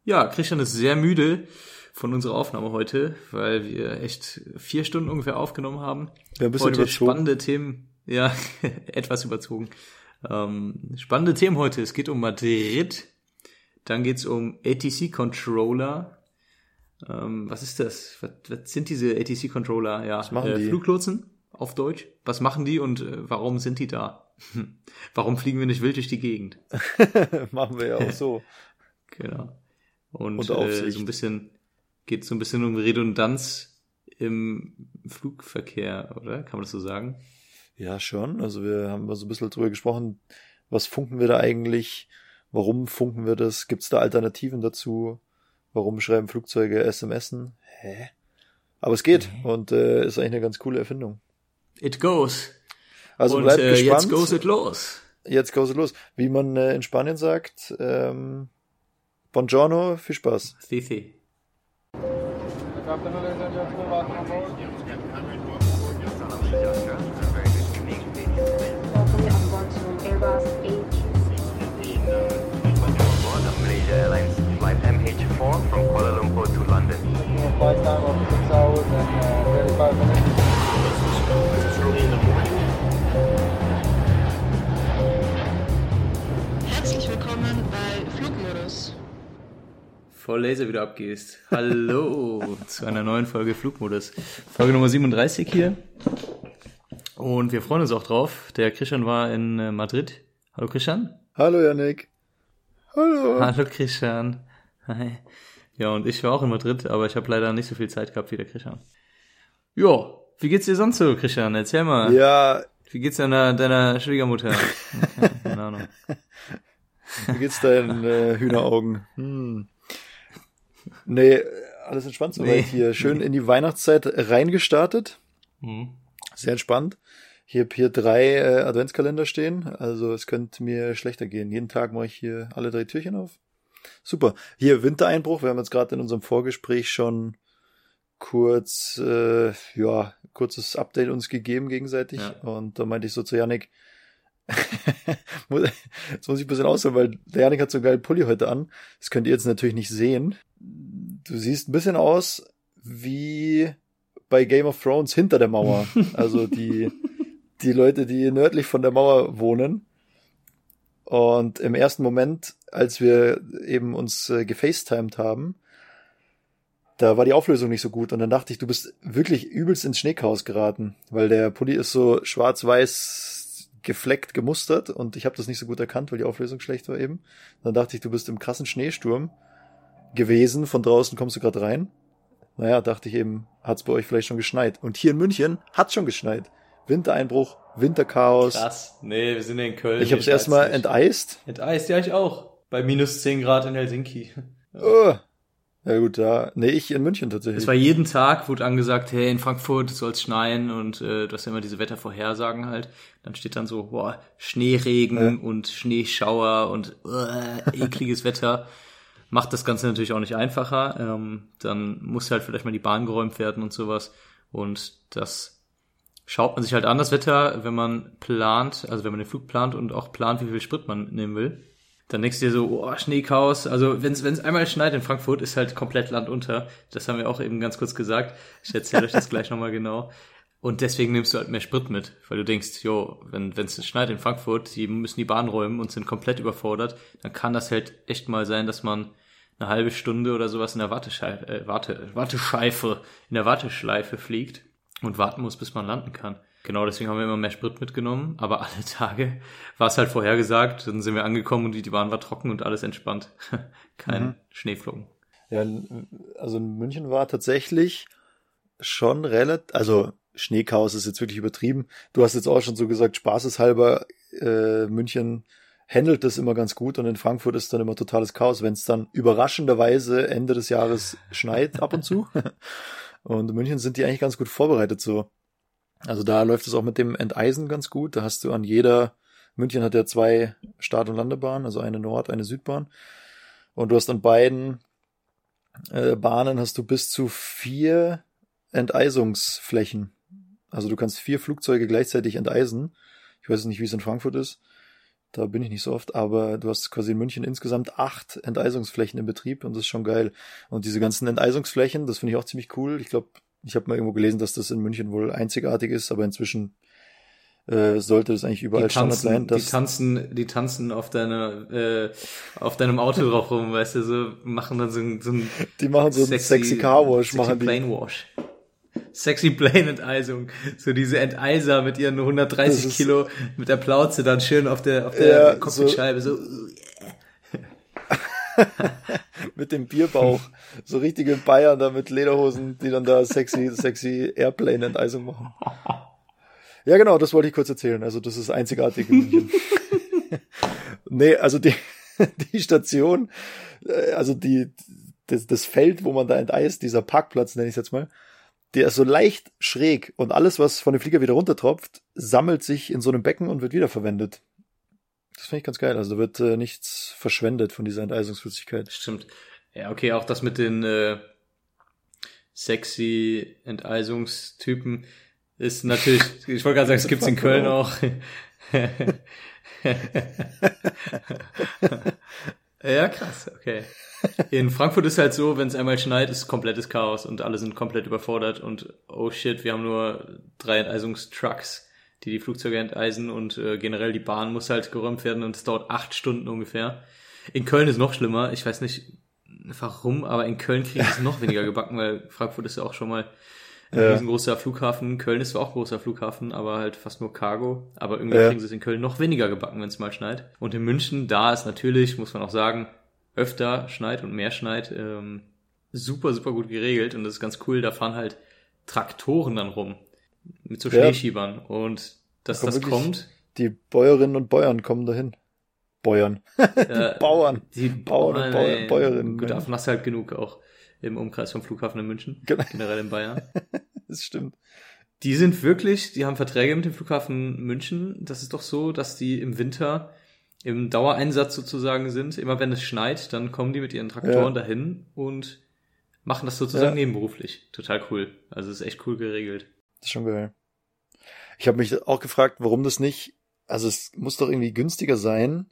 Ja, Christian ist sehr müde von unserer Aufnahme heute, weil wir echt 4 Stunden ungefähr aufgenommen haben. Ja, ein bisschen heute überzogen. Spannende Themen. Ja, etwas überzogen. Spannende Themen heute. Es geht um Madrid. Dann geht's um ATC-Controller. Was ist das? Was sind diese ATC-Controller? Ja, was machen die? Fluglotsen auf Deutsch. Was machen die und warum sind die da? Warum fliegen wir nicht wild durch die Gegend? Machen wir ja auch so. Genau. Und so geht so ein bisschen um Redundanz im Flugverkehr, oder? Kann man das so sagen? Ja, schon. Also wir haben so ein bisschen drüber gesprochen, was funken wir da eigentlich? Warum funken wir das? Gibt's da Alternativen dazu? Warum schreiben Flugzeuge SMSen? Hä? Aber es geht und ist eigentlich eine ganz coole Erfindung. It goes. Also und bleibt gespannt. Jetzt goes it los. Jetzt goes it los. Wie man in Spanien sagt, Buongiorno, viel Spaß. Fifi. Malaysia Airlines flight MH4 from Kuala Lumpur to London. Flight time of 6 hours and 35 minutes. It's early in the morning. Herzlich willkommen bei Flugmodus. Voll Laser wieder abgehst. Hallo zu einer neuen Folge Flugmodus. Folge Nummer 37 hier. Und wir freuen uns auch drauf. Der Christian war in Madrid. Hallo Christian. Hallo Yannick. Hallo. Hallo Christian. Hi. Ja, und ich war auch in Madrid, aber ich habe leider nicht so viel Zeit gehabt wie der Christian. Ja, wie geht's dir sonst so, Christian? Erzähl mal. Ja. Wie geht's deiner Schwiegermutter? Okay, keine Ahnung. Wie geht's deinen Hühneraugen? Nee, alles entspannt soweit hier. Schön in die Weihnachtszeit reingestartet. Sehr entspannt. Ich habe hier 3 Adventskalender stehen, also es könnte mir schlechter gehen. Jeden Tag mache ich hier alle 3 Türchen auf. Super. Hier Wintereinbruch. Wir haben jetzt gerade in unserem Vorgespräch schon kurzes Update uns gegeben gegenseitig. Ja. Und da meinte ich so zu Yannick, jetzt muss ich ein bisschen ausholen, weil der Yannick hat so einen geilen Pulli heute an. Das könnt ihr jetzt natürlich nicht sehen. Du siehst ein bisschen aus wie bei Game of Thrones hinter der Mauer. Also die Leute, die nördlich von der Mauer wohnen. Und im ersten Moment, als wir eben uns gefacetimed haben, da war die Auflösung nicht so gut. Und dann dachte ich, du bist wirklich übelst ins Schneechaos geraten. Weil der Pulli ist so schwarz-weiß gefleckt, gemustert. Und ich habe das nicht so gut erkannt, weil die Auflösung schlecht war eben. Dann dachte ich, du bist im krassen Schneesturm gewesen. Von draußen kommst du gerade rein. Naja, dachte ich eben, hat's bei euch vielleicht schon geschneit. Und hier in München hat's schon geschneit. Wintereinbruch, Winterchaos. Krass. Nee, wir sind ja in Köln. Ich habe es erstmal enteist. Enteist, ja, ich auch. Bei minus 10 Grad in Helsinki. Ja. Oh. Ja gut, da. Nee, ich in München tatsächlich. Es war jeden Tag, wurde angesagt, hey, in Frankfurt soll's schneien und du hast ja immer diese Wettervorhersagen halt. Dann steht dann so, Schneeregen und Schneeschauer und ekliges Wetter. Macht das Ganze natürlich auch nicht einfacher. Dann muss halt vielleicht mal die Bahn geräumt werden und sowas. Und das schaut man sich halt an, das Wetter, wenn man plant, also wenn man den Flug plant und auch plant, wie viel Sprit man nehmen will. Dann denkst du dir so, Schneechaos. Also wenn's einmal schneit in Frankfurt, ist halt komplett Land unter. Das haben wir auch eben ganz kurz gesagt. Ich erzähle euch das gleich nochmal genau. Und deswegen nimmst du halt mehr Sprit mit, weil du denkst, wenn's schneit in Frankfurt, die müssen die Bahn räumen und sind komplett überfordert, dann kann das halt echt mal sein, dass man eine halbe Stunde oder sowas in der Warteschleife fliegt und warten muss, bis man landen kann. Genau, deswegen haben wir immer mehr Sprit mitgenommen, aber alle Tage war es halt vorhergesagt, dann sind wir angekommen und die Bahn war trocken und alles entspannt. Kein Schneeflocken. Ja, also in München war tatsächlich schon relativ, also Schneechaos ist jetzt wirklich übertrieben. Du hast jetzt auch schon so gesagt, spaßeshalber, München handelt das immer ganz gut und in Frankfurt ist dann immer totales Chaos, wenn es dann überraschenderweise Ende des Jahres schneit ab und zu. Und in München sind die eigentlich ganz gut vorbereitet so. Also da läuft es auch mit dem Enteisen ganz gut. Da hast du München hat ja 2 Start- und Landebahnen, also eine Nord-, eine Südbahn. Und du hast an beiden Bahnen hast du bis zu 4 Enteisungsflächen. Also du kannst 4 Flugzeuge gleichzeitig enteisen. Ich weiß nicht, wie es in Frankfurt ist. Da bin ich nicht so oft, aber du hast quasi in München insgesamt 8 Enteisungsflächen in Betrieb und das ist schon geil. Und diese ganzen Enteisungsflächen, das finde ich auch ziemlich cool. Ich glaube, ich habe mal irgendwo gelesen, dass das in München wohl einzigartig ist, aber inzwischen sollte das eigentlich überall Standard sein. Die tanzen auf deinem Auto drauf rum, weißt du, so machen dann so ein die machen so einen sexy Carwash, machen die. Plane Wash. Sexy Plane Enteisung. So diese Enteiser mit ihren 130 Kilo mit der Plauze dann schön auf der Cockpitscheibe so. Mit dem Bierbauch. So richtige Bayern da mit Lederhosen, die dann da sexy Airplane Enteisung machen. Ja, genau, das wollte ich kurz erzählen. Also das ist einzigartig in München. Nee, also die Station, also das Feld, wo man da enteist, dieser Parkplatz, nenne ich es jetzt mal, der ist so leicht schräg und alles, was von dem Flieger wieder runtertropft, sammelt sich in so einem Becken und wird wiederverwendet. Das finde ich ganz geil. Also da wird nichts verschwendet von dieser Enteisungsflüssigkeit. Stimmt. Ja, okay, auch das mit den sexy Enteisungstypen ist natürlich, ich wollte gerade sagen, es gibt's in Köln auch. Ja, krass, okay. In Frankfurt ist halt so, wenn es einmal schneit, ist komplettes Chaos und alle sind komplett überfordert und oh shit, wir haben nur 3 Enteisungstrucks, die Flugzeuge enteisen und generell die Bahn muss halt geräumt werden und es dauert 8 Stunden ungefähr. In Köln ist noch schlimmer, ich weiß nicht warum, aber in Köln kriegen es noch weniger gebacken, weil Frankfurt ist ja auch schon mal ein riesengroßer Flughafen. Köln ist zwar auch ein großer Flughafen, aber halt fast nur Cargo. Aber irgendwie kriegen sie es in Köln noch weniger gebacken, wenn es mal schneit. Und in München, da ist natürlich, muss man auch sagen, öfter schneit und mehr schneit, super, super gut geregelt. Und das ist ganz cool, da fahren halt Traktoren dann rum. Mit so Schneeschiebern. Und dass das kommt. Die Bäuerinnen und Bäuern kommen dahin. Bäuern. Die Bauern. Die Bauern und Bäuerinnen. Gut, davon hast du halt genug auch im Umkreis vom Flughafen in München. Genau. Generell in Bayern. Das stimmt. Die haben Verträge mit dem Flughafen München. Das ist doch so, dass die im Winter im Dauereinsatz sozusagen sind. Immer wenn es schneit, dann kommen die mit ihren Traktoren dahin und machen das sozusagen nebenberuflich. Total cool. Also es ist echt cool geregelt. Das ist schon geil. Ich habe mich auch gefragt, warum das nicht, also es muss doch irgendwie günstiger sein,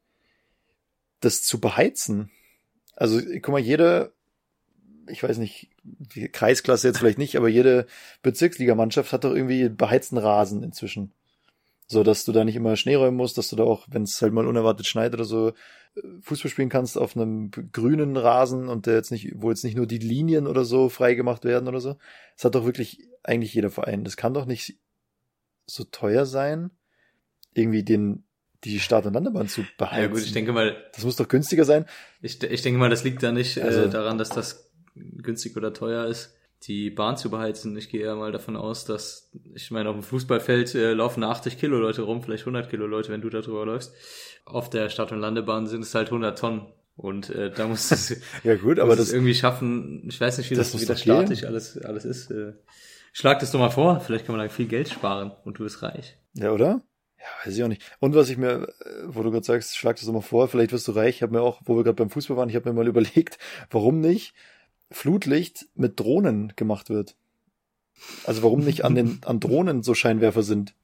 das zu beheizen. Also guck mal, ich weiß nicht, die Kreisklasse jetzt vielleicht nicht, aber jede Bezirksligamannschaft hat doch irgendwie beheizten Rasen inzwischen. So, dass du da nicht immer Schnee räumen musst, dass du da auch, wenn es halt mal unerwartet schneit oder so, Fußball spielen kannst auf einem grünen Rasen und wo jetzt nicht nur die Linien oder so freigemacht werden oder so. Das hat doch wirklich eigentlich jeder Verein. Das kann doch nicht so teuer sein, irgendwie die Start- und Landebahn zu beheizen. Ja gut, ich denke mal, das muss doch günstiger sein. Ich denke mal, das liegt da nicht daran, dass das günstig oder teuer ist, die Bahn zu beheizen. Ich gehe eher mal davon aus, dass, ich meine, auf dem Fußballfeld laufen 80 Kilo Leute rum, vielleicht 100 Kilo Leute, wenn du da drüber läufst. Auf der Start- und Landebahn sind es halt 100 Tonnen. Und da muss es ja gut, aber das irgendwie schaffen. Ich weiß nicht, wie das statisch alles ist. Schlag das doch mal vor, vielleicht kann man da viel Geld sparen und du bist reich. Ja, oder? Ja, weiß ich auch nicht. Und was ich mir, wo du gerade sagst, schlag das doch mal vor, vielleicht wirst du reich. Ich habe mir auch, wo wir gerade beim Fußball waren, ich habe mir mal überlegt, warum nicht Flutlicht mit Drohnen gemacht wird. Also warum nicht an Drohnen so Scheinwerfer sind.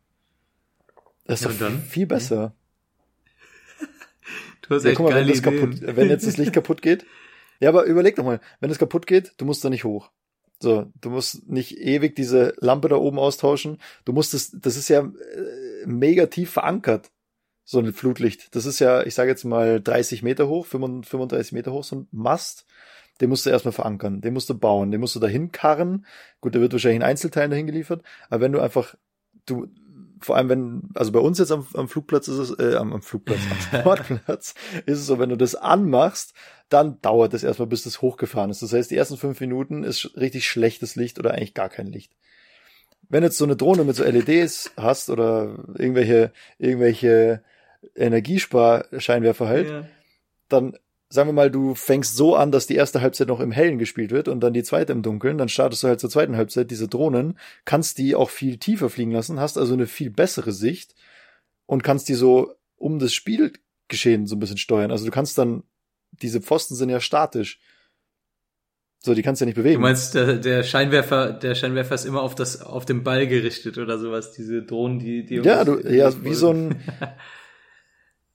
Das ist doch viel besser. Du hast echt guck mal, geile Ideen. wenn jetzt das Licht kaputt geht. Ja, aber überleg doch mal, wenn es kaputt geht, du musst da nicht hoch. So, du musst nicht ewig diese Lampe da oben austauschen. Du musst das ist ja mega tief verankert, so ein Flutlicht. Das ist ja, ich sage jetzt mal 30 Meter hoch, 35 Meter hoch, so ein Mast. Den musst du erstmal verankern, den musst du bauen, den musst du dahin karren. Gut, der wird wahrscheinlich in Einzelteilen dahin geliefert. Aber wenn du einfach, vor allem also bei uns jetzt am Flugplatz ist es, am Sportplatz ist es so, wenn du das anmachst, dann dauert es erstmal, bis das hochgefahren ist. Das heißt, die ersten 5 Minuten ist richtig schlechtes Licht oder eigentlich gar kein Licht. Wenn jetzt so eine Drohne mit so LEDs hast oder irgendwelche Energiesparscheinwerfer halt, dann sagen wir mal, du fängst so an, dass die erste Halbzeit noch im Hellen gespielt wird und dann die zweite im Dunkeln, dann startest du halt zur zweiten Halbzeit diese Drohnen, kannst die auch viel tiefer fliegen lassen, hast also eine viel bessere Sicht und kannst die so um das Spielgeschehen so ein bisschen steuern. Also du kannst dann, diese Pfosten sind ja statisch. So, die kannst du ja nicht bewegen. Du meinst, der Scheinwerfer ist immer auf den Ball gerichtet oder sowas, diese Drohnen, die ja, wie so ein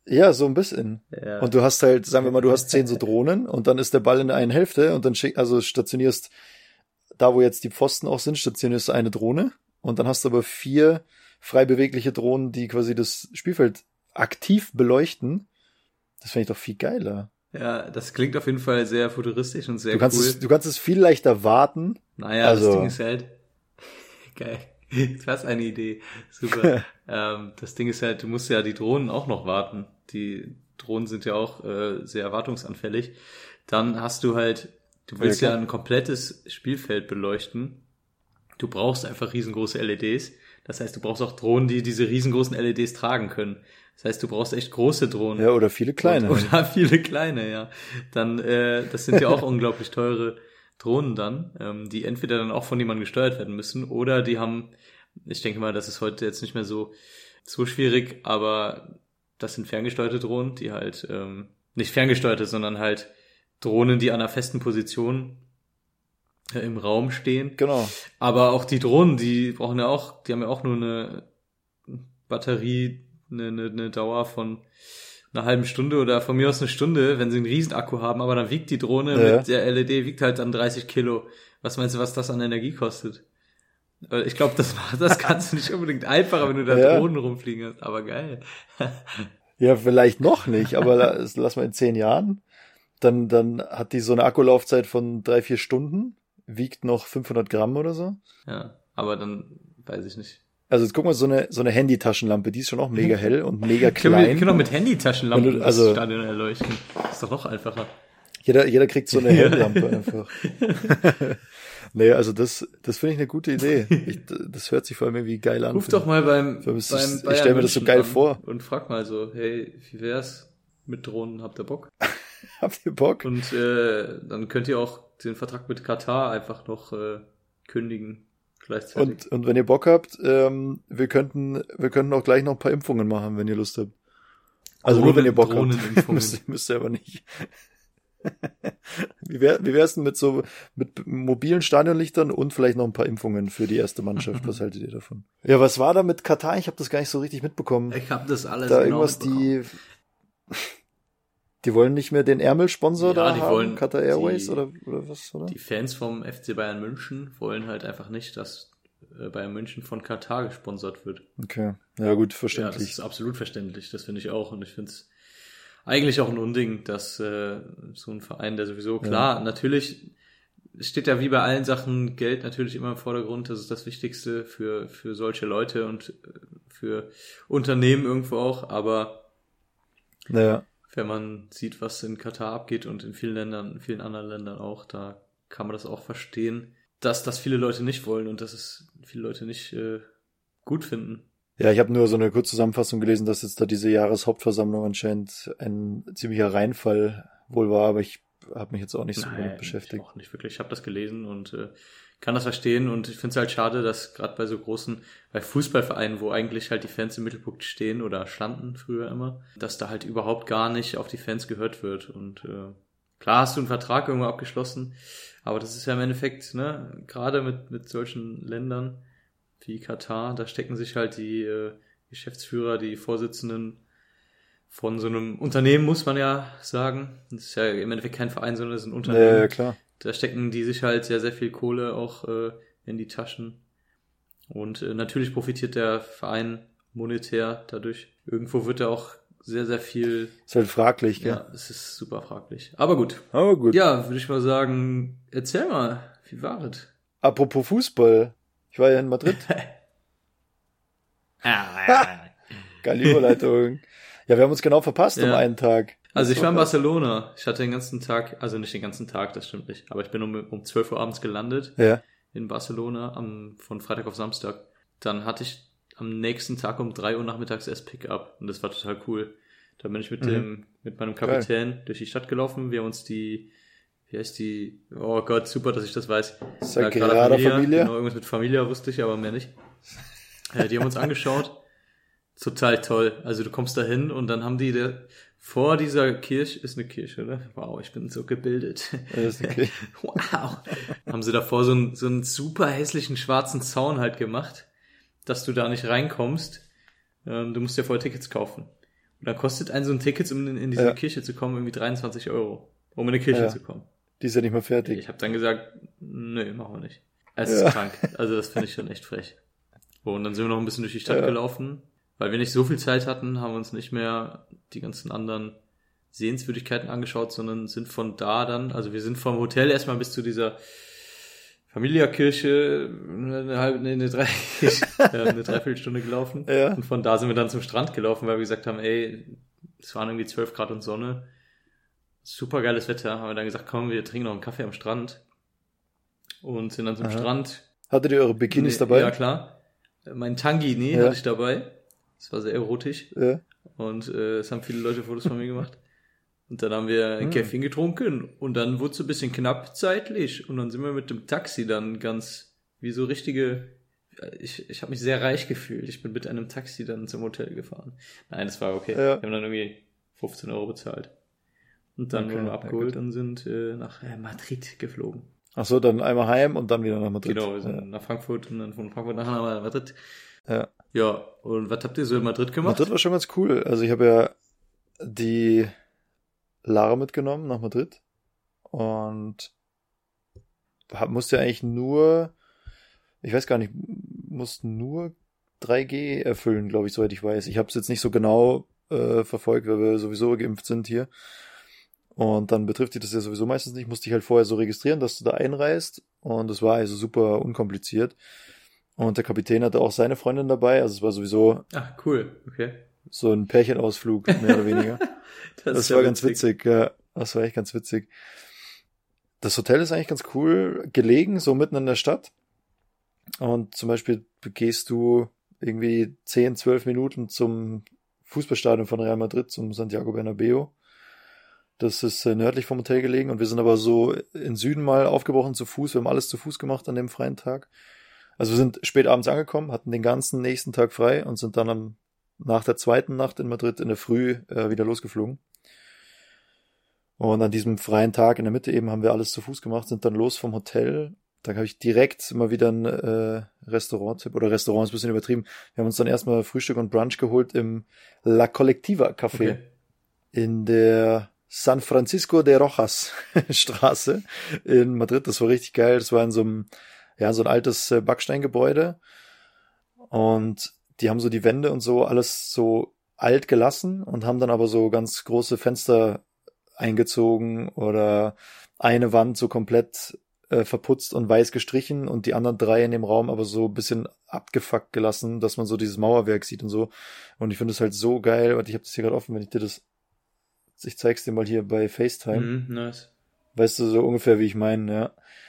Ja, so ein bisschen. Ja. Und du hast halt, sagen wir mal, du hast 10 so Drohnen und dann ist der Ball in der einen Hälfte und dann stationierst da, wo jetzt die Pfosten auch sind, stationierst du eine Drohne und dann hast du aber 4 frei bewegliche Drohnen, die quasi das Spielfeld aktiv beleuchten. Das finde ich doch viel geiler. Ja, das klingt auf jeden Fall sehr futuristisch und sehr Du kannst cool. du kannst es viel leichter warten. Naja, Also- das Ding ist halt geil. Das ist eine Idee. Super. Das Ding ist halt, du musst ja die Drohnen auch noch warten. Die Drohnen sind ja auch sehr wartungsanfällig. Dann hast du halt, du willst Ja, ja klar. ein komplettes Spielfeld beleuchten. Du brauchst einfach riesengroße LEDs. Das heißt, du brauchst auch Drohnen, die diese riesengroßen LEDs tragen können. Das heißt, du brauchst echt große Drohnen. Ja, oder viele kleine. Oder viele kleine, ja. Dann, das sind ja auch unglaublich teure Drohnen dann, die entweder dann auch von jemandem gesteuert werden müssen oder die haben, ich denke mal, das ist heute jetzt nicht mehr so schwierig, aber das sind ferngesteuerte Drohnen, die halt, nicht ferngesteuerte, sondern halt Drohnen, die an einer festen Position im Raum stehen. Genau. Aber auch die Drohnen, die haben ja auch nur eine Batterie, eine Dauer von einer halben Stunde oder von mir aus eine Stunde, wenn sie einen Riesenakku haben, aber dann wiegt die Drohne mit der LED, wiegt halt dann 30 Kilo. Was meinst du, was das an Energie kostet? Ich glaube, das kannst du nicht unbedingt einfacher, wenn du da Ja. Drohnen rumfliegen hast, aber geil. Ja, vielleicht noch nicht, aber lass mal in 10 Jahren. Dann hat die so eine Akkulaufzeit von 3-4 Stunden, wiegt noch 500 Gramm oder so. Ja, aber dann weiß ich nicht. Also jetzt guck mal, so eine Handytaschenlampe, die ist schon auch mega hell und mega Können klein. wir mit Handytaschenlampen Wenn du- also- das Stadion erleuchten? Das ist doch noch einfacher. Jeder kriegt so eine Helllampe einfach. Nee, also das finde ich eine gute Idee. Das hört sich vor allem irgendwie geil an. Ruf doch mal beim Ich Bayern stell mir das so München geil an vor. und frag mal so, hey, wie wär's mit Drohnen, habt ihr Bock? Habt ihr Bock? Und dann könnt ihr auch den Vertrag mit Katar einfach noch kündigen gleichzeitig. Und wenn ihr Bock habt, wir könnten auch gleich noch ein paar Impfungen machen, wenn ihr Lust habt. Also nur wenn ihr Bock habt. Drohnenimpfungen. müsst ihr aber nicht. Wie wär's denn mit mobilen Stadionlichtern und vielleicht noch ein paar Impfungen für die erste Mannschaft? Was haltet ihr davon? Ja, was war da mit Katar? Ich habe das gar nicht so richtig mitbekommen. Ich habe das alles Da genau irgendwas, mitbekommen. die wollen nicht mehr den Ärmelsponsor Ja, da die haben, wollen Qatar Airways die- oder was, oder? Die Fans vom FC Bayern München wollen halt einfach nicht, dass Bayern München von Katar gesponsert wird. Okay, ja gut, Ja, das verständlich. ist absolut verständlich, das finde ich auch. Und ich finde es eigentlich auch ein Unding, dass so ein Verein, der sowieso, klar, natürlich steht ja wie bei allen Sachen Geld natürlich immer im Vordergrund. Das ist das Wichtigste für solche Leute und für Unternehmen irgendwo auch. Aber Naja, wenn man sieht, was in Katar abgeht und in vielen anderen Ländern auch, da kann man das auch verstehen, dass das viele Leute nicht wollen und dass es viele Leute nicht gut finden. ja, ich habe nur so eine Kurzzusammenfassung gelesen, dass jetzt da diese Jahreshauptversammlung anscheinend ein ziemlicher Reinfall wohl war, aber ich habe mich jetzt auch nicht so damit beschäftigt. Ich auch nicht wirklich. Ich habe das gelesen und kann das verstehen und ich finde es halt schade, dass gerade bei so großen, bei Fußballvereinen, wo eigentlich halt die Fans im Mittelpunkt stehen oder standen früher immer, dass da halt überhaupt gar nicht auf die Fans gehört wird und klar hast du einen Vertrag irgendwo abgeschlossen, aber das ist ja im Endeffekt, ne, gerade mit solchen Ländern wie Katar, da stecken sich halt die Geschäftsführer, die Vorsitzenden von so einem Unternehmen, muss man ja sagen. Das ist ja im Endeffekt kein Verein, sondern es ist ein Unternehmen. Ja, klar. Da stecken die sich halt sehr, sehr viel Kohle auch in die Taschen. Und natürlich profitiert der Verein monetär dadurch. Irgendwo wird er auch sehr, sehr viel... Ist halt fraglich, gell? Ja, es ist super fraglich. Aber gut. Aber gut. Ja, würde ich mal sagen, erzähl mal, wie war es? Apropos Fußball. Ich war ja in Madrid. Geile Überleitung. Ja, wir haben uns genau verpasst um Ja. einen Tag. Also ich war in Barcelona. Ich hatte den ganzen Tag, also nicht den ganzen Tag, das stimmt nicht, aber ich bin um 12 Uhr abends gelandet Ja. in Barcelona von Freitag auf Samstag. Dann hatte ich am nächsten Tag um 3 Uhr nachmittags erst Pick-up und das war total cool. Da bin ich mit meinem Kapitän durch die Stadt gelaufen. Wir haben uns wie heißt die, oh Gott, super, dass ich das weiß. Sagrada Familia. Genau, irgendwas mit Familia wusste ich, aber mehr nicht. Die haben uns angeschaut. Total toll. Also du kommst da hin und dann haben die vor dieser Kirche, ist eine Kirche, oder? Wow, ich bin so gebildet. Ja, ist okay. Wow. Haben sie davor so einen super hässlichen schwarzen Zaun halt gemacht, dass du da nicht reinkommst. Du musst ja vorher Tickets kaufen. Und Und dann kostet einen so ein Ticket, um in diese Kirche zu kommen, irgendwie 23 €, um in eine Kirche zu kommen. Die ist ja nicht mehr fertig. Ich habe dann gesagt, nö, machen wir nicht. Es ist krank. Also das finde ich schon echt frech. Und dann sind wir noch ein bisschen durch die Stadt gelaufen. Weil wir nicht so viel Zeit hatten, haben wir uns nicht mehr die ganzen anderen Sehenswürdigkeiten angeschaut, sondern sind von da dann, also wir sind vom Hotel erstmal bis zu dieser Familia-Kirche eine Dreiviertelstunde gelaufen. Ja. Und von da sind wir dann zum Strand gelaufen, weil wir gesagt haben, ey, es waren irgendwie 12 Grad und Sonne. Super geiles Wetter. Haben wir dann gesagt, komm, wir trinken noch einen Kaffee am Strand. Und sind dann zum Strand. Hattet ihr eure Bikinis dabei? Ja, klar. Mein Tangini hatte ich dabei. Das war sehr erotisch. Ja. Und es haben viele Leute Fotos von mir gemacht. Und dann haben wir ein Käffchen getrunken. Und dann wurde es ein bisschen knapp zeitlich. Und dann sind wir mit dem Taxi dann ganz, wie so richtige, ich habe mich sehr reich gefühlt. Ich bin mit einem Taxi dann zum Hotel gefahren. Nein, das war okay. Ja. Wir haben dann irgendwie 15 € bezahlt. Und dann wurden wir abgeholt und sind nach Madrid geflogen. Ach so, dann einmal heim und dann wieder nach Madrid. Genau, wir sind nach Frankfurt und dann von Frankfurt nach Madrid. Ja. Ja, und was habt ihr so in Madrid gemacht? Madrid war schon ganz cool. Also ich habe ja die Lara mitgenommen nach Madrid und musste ja eigentlich nur, ich weiß gar nicht, musste nur 3G erfüllen, glaube ich, soweit ich weiß. Ich habe es jetzt nicht so genau verfolgt, weil wir sowieso geimpft sind hier. Und dann betrifft dich das ja sowieso meistens nicht. Musste ich halt vorher so registrieren, dass du da einreist. Und das war also super unkompliziert. Und der Kapitän hatte auch seine Freundin dabei. Also es war sowieso cool, okay. So ein Pärchenausflug, mehr oder weniger. Das war ganz witzig. Ja, das war echt ganz witzig. Das Hotel ist eigentlich ganz cool gelegen, so mitten in der Stadt. Und zum Beispiel gehst du irgendwie 10, 12 Minuten zum Fußballstadion von Real Madrid, zum Santiago Bernabéu. Das ist nördlich vom Hotel gelegen und wir sind aber so in Süden mal aufgebrochen zu Fuß. Wir haben alles zu Fuß gemacht an dem freien Tag. Also wir sind spät abends angekommen, hatten den ganzen nächsten Tag frei und sind dann nach der zweiten Nacht in Madrid in der Früh wieder losgeflogen. Und an diesem freien Tag in der Mitte eben haben wir alles zu Fuß gemacht, sind dann los vom Hotel. Da habe ich direkt mal wieder ein Restaurant-Tipp, oder Restaurant ist ein bisschen übertrieben. Wir haben uns dann erstmal Frühstück und Brunch geholt im La Colectiva Café in der San Francisco de Rojas Straße in Madrid. Das war richtig geil. Das war in so einem, so ein altes Backsteingebäude. Und die haben so die Wände und so alles so alt gelassen und haben dann aber so ganz große Fenster eingezogen oder eine Wand so komplett verputzt und weiß gestrichen und die anderen 3 in dem Raum aber so ein bisschen abgefuckt gelassen, dass man so dieses Mauerwerk sieht und so. Und ich finde es halt so geil, und ich habe das hier gerade offen, wenn ich dir das, ich zeig's dir mal hier bei FaceTime. Nice. Weißt du, so ungefähr wie ich meine, ja.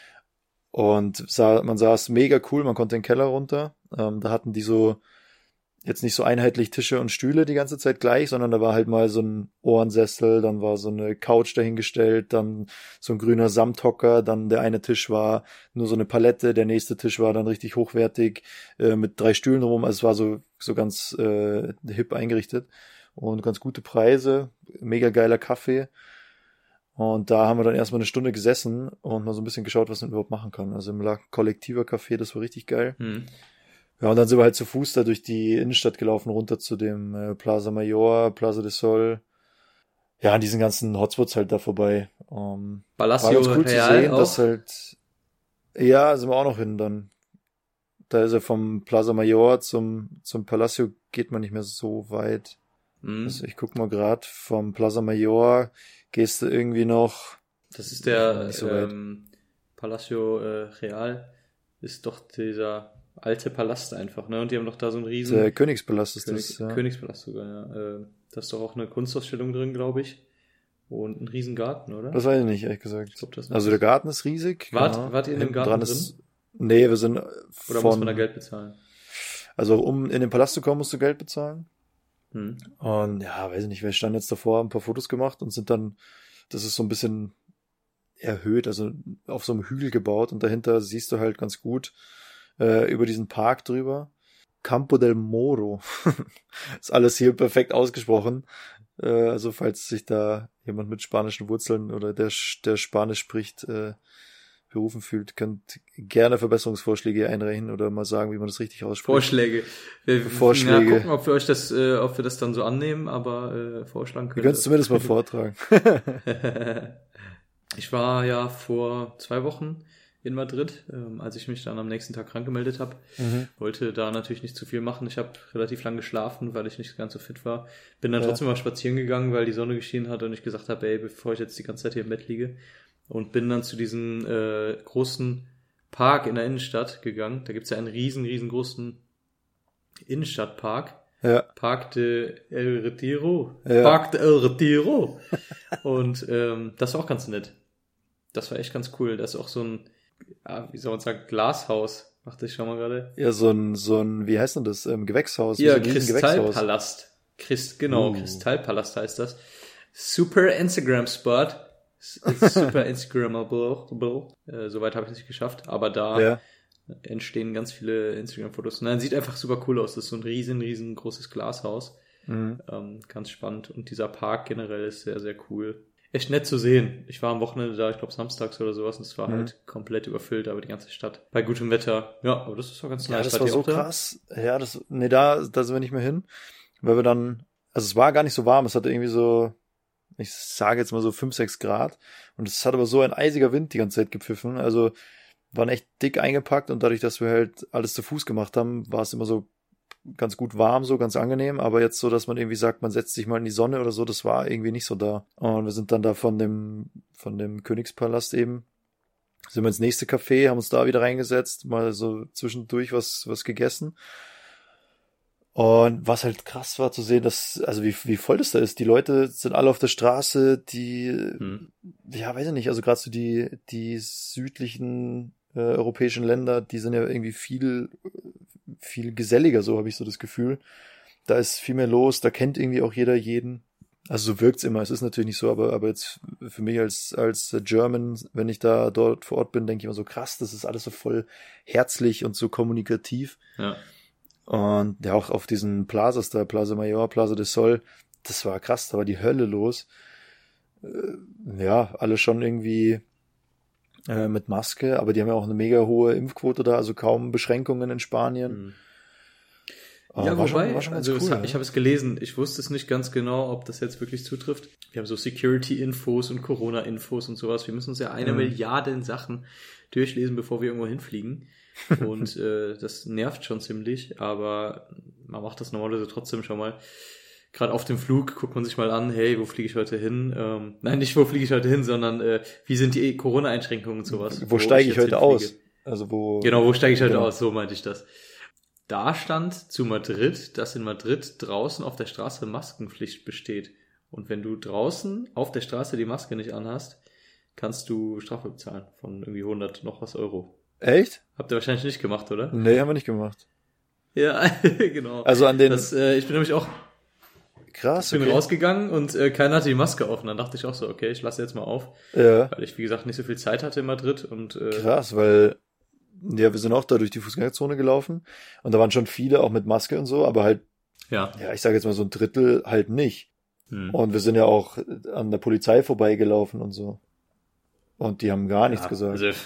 Und man saß mega cool, man konnte in den Keller runter. Da hatten die so jetzt nicht so einheitlich Tische und Stühle die ganze Zeit gleich, sondern da war halt mal so ein Ohrensessel, dann war so eine Couch dahingestellt, dann so ein grüner Samthocker, dann der eine Tisch war nur so eine Palette, der nächste Tisch war dann richtig hochwertig mit 3 Stühlen rum, also es war so ganz hip eingerichtet und ganz gute Preise, mega geiler Kaffee. Und da haben wir dann erstmal eine Stunde gesessen und mal so ein bisschen geschaut, was man überhaupt machen kann. Also im La Colectiva Café, das war richtig geil. Ja, und dann sind wir halt zu Fuß da durch die Innenstadt gelaufen, runter zu dem Plaza Mayor, Plaza de Sol. Ja, an diesen ganzen Hotspots halt da vorbei. Palacio war ganz cool Real zu sehen, auch? dass halt, ja, sind wir auch noch hin dann. Da ist er vom Plaza Mayor zum Palacio, geht man nicht mehr so weit. Also ich guck mal grad, vom Plaza Mayor gehst du irgendwie noch. Das ist der nicht so weit. Palacio Real, ist doch dieser alte Palast einfach, ne? Und die haben doch da so einen riesen... Der Königspalast ist das, ja. Königspalast sogar, ja. Da ist doch auch eine Kunstausstellung drin, glaube ich. Und ein riesen Garten, oder? Das weiß ich nicht, ehrlich gesagt. Ich glaub, das also der Garten ist riesig. Wart ihr in dem Garten drin? Nee, wir sind Oder muss man da Geld bezahlen? Also um in den Palast zu kommen, musst du Geld bezahlen. Und ja, weiß ich nicht, wir standen jetzt davor, ein paar Fotos gemacht und sind dann, das ist so ein bisschen erhöht, also auf so einem Hügel gebaut und dahinter siehst du halt ganz gut über diesen Park drüber. Campo del Moro. Ist alles hier perfekt ausgesprochen. Also falls sich da jemand mit spanischen Wurzeln oder der Spanisch spricht, berufen fühlt, könnt gerne Verbesserungsvorschläge einreichen oder mal sagen, wie man das richtig ausspricht. Vorschläge. Vorschläge. Ja, gucken, ob wir das dann so annehmen, aber vorschlagen können. Wir können es zumindest mal vortragen. Ich war ja vor 2 Wochen in Madrid, als ich mich dann am nächsten Tag krank gemeldet habe. Wollte da natürlich nicht zu viel machen. Ich habe relativ lang geschlafen, weil ich nicht ganz so fit war. Bin dann trotzdem mal spazieren gegangen, weil die Sonne geschienen hat und ich gesagt habe, ey, bevor ich jetzt die ganze Zeit hier im Bett liege. Und bin dann zu diesem großen Park in der Innenstadt gegangen. Da gibt's ja einen riesengroßen Innenstadtpark. Ja. Park de El Retiro. Ja. Park de El Retiro. Und das war auch ganz nett. Das war echt ganz cool. Da ist auch so ein, wie soll man sagen, Glashaus. Dachte ich schon mal gerade. Ja, so ein, wie heißt denn das? Gewächshaus. Ja, so ein Kristallpalast. Kristallpalast heißt das. Super Instagram-Spot. It's super Instagrammable. Soweit habe ich es nicht geschafft. Aber da entstehen ganz viele Instagram-Fotos. Und dann sieht einfach super cool aus. Das ist so ein riesengroßes Glashaus. Ganz spannend. Und dieser Park generell ist sehr, sehr cool. Echt nett zu sehen. Ich war am Wochenende da, ich glaube samstags oder sowas, und es war halt komplett überfüllt, aber die ganze Stadt. Bei gutem Wetter. Ja, aber das ist doch ganz nice. Ja, das war so krass. Ja, da sind wir nicht mehr hin. Weil wir dann, also es war gar nicht so warm, es hatte irgendwie so, ich sage jetzt mal so 5-6 Grad. Und es hat aber so ein eisiger Wind die ganze Zeit gepfiffen. Also waren echt dick eingepackt und dadurch, dass wir halt alles zu Fuß gemacht haben, war es immer so ganz gut warm, so ganz angenehm, aber jetzt so, dass man irgendwie sagt, man setzt sich mal in die Sonne oder so, das war irgendwie nicht so da. Und wir sind dann da von dem Königspalast eben, sind wir ins nächste Café, haben uns da wieder reingesetzt, mal so zwischendurch was gegessen. Und was halt krass war zu sehen, dass, also wie voll das da ist. Die Leute sind alle auf der Straße, ja, weiß ich nicht, also gerade so die südlichen europäischen Länder, die sind ja irgendwie viel geselliger, so habe ich so das Gefühl. Da ist viel mehr los, da kennt irgendwie auch jeder jeden. Also so wirkt's immer, es ist natürlich nicht so, aber jetzt für mich als German, wenn ich da dort vor Ort bin, denke ich immer so krass, das ist alles so voll herzlich und so kommunikativ. Ja. Und ja, auch auf diesen Plazas da, Plaza Mayor, Plaza del Sol, das war krass, da war die Hölle los. Ja, alle schon irgendwie mit Maske, aber die haben ja auch eine mega hohe Impfquote da, also kaum Beschränkungen in Spanien. Ja, war wobei, schon ganz also cool, ich habe es gelesen, ich wusste es nicht ganz genau, ob das jetzt wirklich zutrifft. Wir haben so Security-Infos und Corona-Infos und sowas. Wir müssen uns ja 1 Milliarde Sachen durchlesen, bevor wir irgendwo hinfliegen. Und das nervt schon ziemlich, aber man macht das normalerweise trotzdem schon mal. Gerade auf dem Flug guckt man sich mal an, hey, wo fliege ich heute hin? Nein, nicht wo fliege ich heute hin, sondern wie sind die Corona-Einschränkungen und sowas? Wo steige ich heute aus? Also wo steige ich heute aus? So meinte ich das. Da stand zu Madrid, dass in Madrid draußen auf der Straße Maskenpflicht besteht. Und wenn du draußen auf der Straße die Maske nicht anhast, kannst du Strafe bezahlen von irgendwie 100 noch was Euro. Echt? Habt ihr wahrscheinlich nicht gemacht, oder? Nee, haben wir nicht gemacht. Ja, genau. Also an den... ich bin nämlich auch... Krass, Ich bin rausgegangen und keiner hatte die Maske auf. Und dann dachte ich auch so, okay, ich lasse jetzt mal auf. Ja. Weil ich, wie gesagt, nicht so viel Zeit hatte in Madrid. Und krass, weil ja, wir sind auch da durch die Fußgängerzone gelaufen. Und da waren schon viele, auch mit Maske und so, aber halt, ja, ich sage jetzt mal so ein Drittel halt nicht. Und wir sind ja auch an der Polizei vorbeigelaufen und so. Und die haben gar nichts gesagt. Also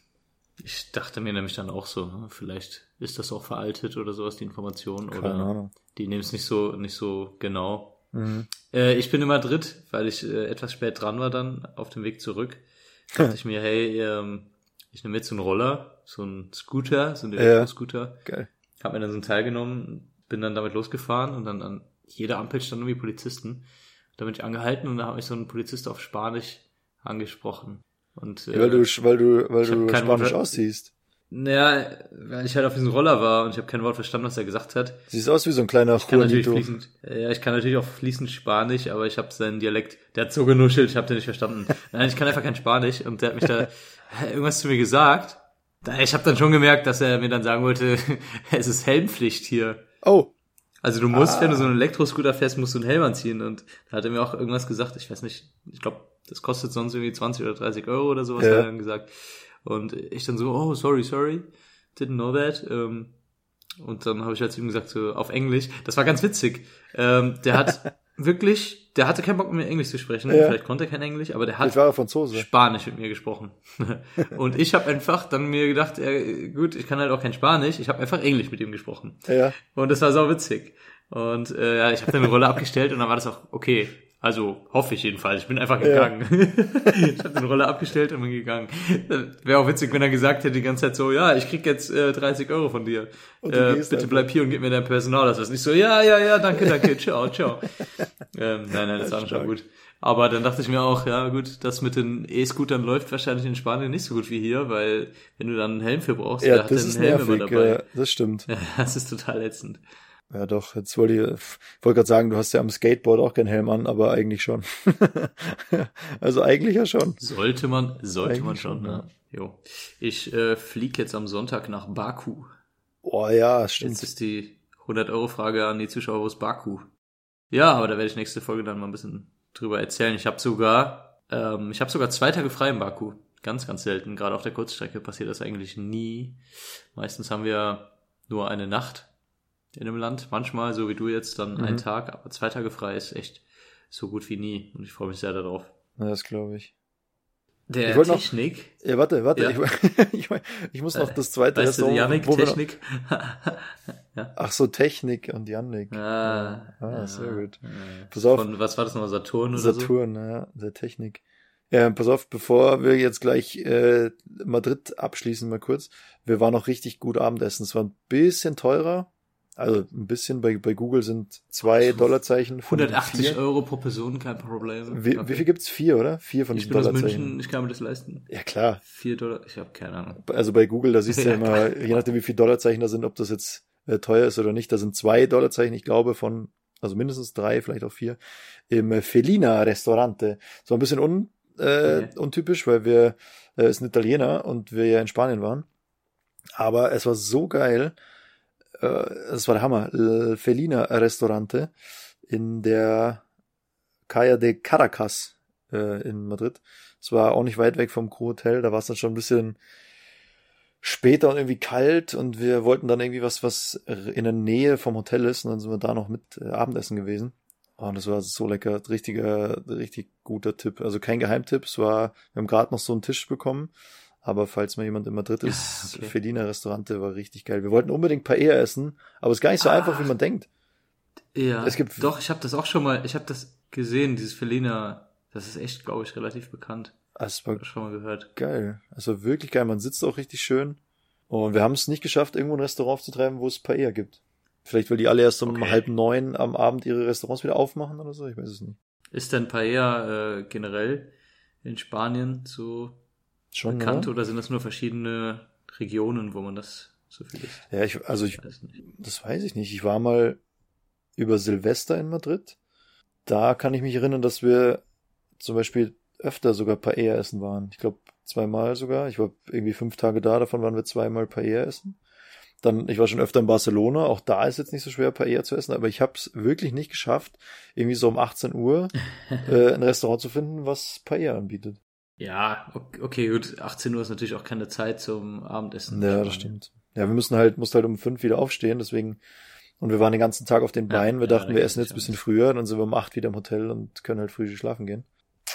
ich dachte mir nämlich dann auch so, vielleicht ist das auch veraltet oder sowas, die Information. Keine oder Ahnung. Die nehmen es nicht so genau. Ich bin in Madrid, weil ich etwas spät dran war dann, auf dem Weg zurück. Dachte ich mir, hey, ich nehme jetzt so einen Roller, so einen Scooter, so einen Elektroscooter. Geil. Hab mir dann so ein Teil genommen, bin dann damit losgefahren und dann an jeder Ampel standen irgendwie Polizisten. Da bin ich angehalten und da hat mich so ein Polizist auf Spanisch angesprochen. Und, weil du Spanisch aussiehst. Naja, weil ich halt auf diesem Roller war und ich habe kein Wort verstanden, was er gesagt hat. Siehst aus wie so ein kleiner Juanito. Ich kann natürlich auch fließend Spanisch, aber ich habe seinen Dialekt, der hat so genuschelt, ich habe den nicht verstanden. Nein, ich kann einfach kein Spanisch und der hat mich da irgendwas zu mir gesagt. Ich habe dann schon gemerkt, dass er mir dann sagen wollte, es ist Helmpflicht hier. Oh. Also du musst, wenn du so einen Elektroscooter fährst, musst du einen Helm anziehen. Und da hat er mir auch irgendwas gesagt, ich weiß nicht, ich glaube, das kostet sonst irgendwie 20 oder 30 Euro oder sowas, hat er dann gesagt. Und ich dann so, oh, sorry, didn't know that. Und dann habe ich halt zu ihm gesagt, so auf Englisch, das war ganz witzig. Der hat wirklich der hatte keinen Bock mit mir Englisch zu sprechen. Ja. Vielleicht konnte er kein Englisch, aber der hat Vielleicht war er Franzose. Spanisch mit mir gesprochen. Und ich habe einfach dann mir gedacht, gut, ich kann halt auch kein Spanisch. Ich habe einfach Englisch mit ihm gesprochen. Ja. Und das war sau witzig. Und ich habe dann eine Rolle abgestellt und dann war das auch okay. Also hoffe ich jedenfalls. Ich bin einfach gegangen. Ich habe eine Rolle abgestellt und bin gegangen. Wäre auch witzig, wenn er gesagt hätte die ganze Zeit so, ja, ich krieg jetzt 30 Euro von dir. Bitte bleib hier und gib mir dein Personal. Das ist nicht so, ja, danke, ciao. Nein, das war schon gut. Aber dann dachte ich mir auch, ja gut, das mit den E-Scootern läuft wahrscheinlich in Spanien nicht so gut wie hier, weil wenn du dann einen Helm für brauchst, Ja, der hat das den ist Helm nervig, immer dabei. das stimmt. Ja, das ist total ätzend. Ja doch, jetzt wollte gerade sagen, du hast ja am Skateboard auch keinen Helm an, aber eigentlich schon. Also eigentlich ja schon. Sollte man Eigentlich schon, schon, ne? Jo. Ich fliege jetzt am Sonntag nach Baku. Oh ja, stimmt. Jetzt ist die 100-Euro-Frage an die Zuschauer, wo ist Baku? Ja, aber da werde ich nächste Folge dann mal ein bisschen drüber erzählen. Ich habe sogar 2 Tage frei in Baku. Ganz, ganz selten. Gerade auf der Kurzstrecke passiert das eigentlich nie. Meistens haben wir nur eine Nacht in einem Land. Manchmal, so wie du jetzt, dann einen Tag. Aber 2 Tage frei ist echt so gut wie nie. Und ich freue mich sehr darauf. Ja, das glaube ich. Der Ich wollte noch- Technik. Ja, warte. Ja. Ich muss noch das zweite Weißt du, Restaurant. Yannick, wo wir noch- Technik. Ach so, Technik und Yannick. Sehr gut. Pass auf. Von, was war das nochmal, Saturn oder so? Saturn, ja, der Technik. Ja, pass auf, bevor wir jetzt gleich Madrid abschließen, mal kurz. Wir waren noch richtig gut Abendessen. Es war ein bisschen teurer. Also ein bisschen, bei Google sind $2 von 180 4. Euro pro Person, kein Problem. Wie viel gibt's? 4, oder? 4 von Ich diesen bin aus Dollarzeichen. München, ich kann mir das leisten. Ja, klar. $4, ich habe keine Ahnung. Also bei Google, da siehst du ja Ja, immer, je nachdem wie viele Dollarzeichen da sind, ob das jetzt teuer ist oder nicht. Da sind $2, ich glaube also mindestens 3, vielleicht auch 4, im Felina Restaurante. So ein bisschen untypisch, weil ist ein Italiener und wir ja in Spanien waren. Aber es war so geil. Es war der Hammer. Felina Restaurante in der Calle de Caracas in Madrid. Es war auch nicht weit weg vom Crew Hotel. Da war es dann schon ein bisschen später und irgendwie kalt und wir wollten dann irgendwie was in der Nähe vom Hotel ist und dann sind wir da noch mit Abendessen gewesen. Oh, und das war so lecker. Richtig guter Tipp. Also kein Geheimtipp. Wir haben gerade noch so einen Tisch bekommen. Aber falls mal jemand in Madrid ist, Okay. Felina Restaurante war richtig geil. Wir wollten unbedingt Paella essen, aber es ist gar nicht so einfach, wie man denkt. Ja, Es gibt- doch, ich habe das auch schon mal, ich habe das gesehen, dieses Felina, das ist echt, glaube ich, relativ bekannt. Es war Hab ich schon mal gehört. geil. Es war wirklich geil. Man sitzt auch richtig schön. Und wir haben es nicht geschafft, irgendwo ein Restaurant aufzutreiben, wo es Paella gibt. Vielleicht, weil die alle erst um Okay. 8:30 am Abend ihre Restaurants wieder aufmachen oder so. Ich weiß es nicht. Ist denn Paella generell in Spanien so Schon, bekannt oder? oder sind das nur verschiedene Regionen, wo man das so viel isst? Ja, ich Weiß nicht. das weiß ich nicht. Ich war mal über Silvester in Madrid. Da kann ich mich erinnern, dass wir zum Beispiel öfter sogar Paella essen waren. Ich glaube 2-mal sogar. Ich war irgendwie 5 Tage da, davon waren wir 2-mal Paella essen. Dann, ich war schon öfter in Barcelona, auch da ist jetzt nicht so schwer Paella zu essen, aber ich habe es wirklich nicht geschafft, irgendwie so um 18 Uhr ein Restaurant zu finden, was Paella anbietet. Ja, okay, gut. 18 Uhr ist natürlich auch keine Zeit zum Abendessen. Ja, das stimmt. Ja, wir mussten halt um 5 wieder aufstehen, deswegen, und wir waren den ganzen Tag auf den Ja, Beinen, wir ja, dachten, da wir geht's essen jetzt ein nicht bisschen früher, dann sind wir um 8 wieder im Hotel und können halt früh schlafen gehen.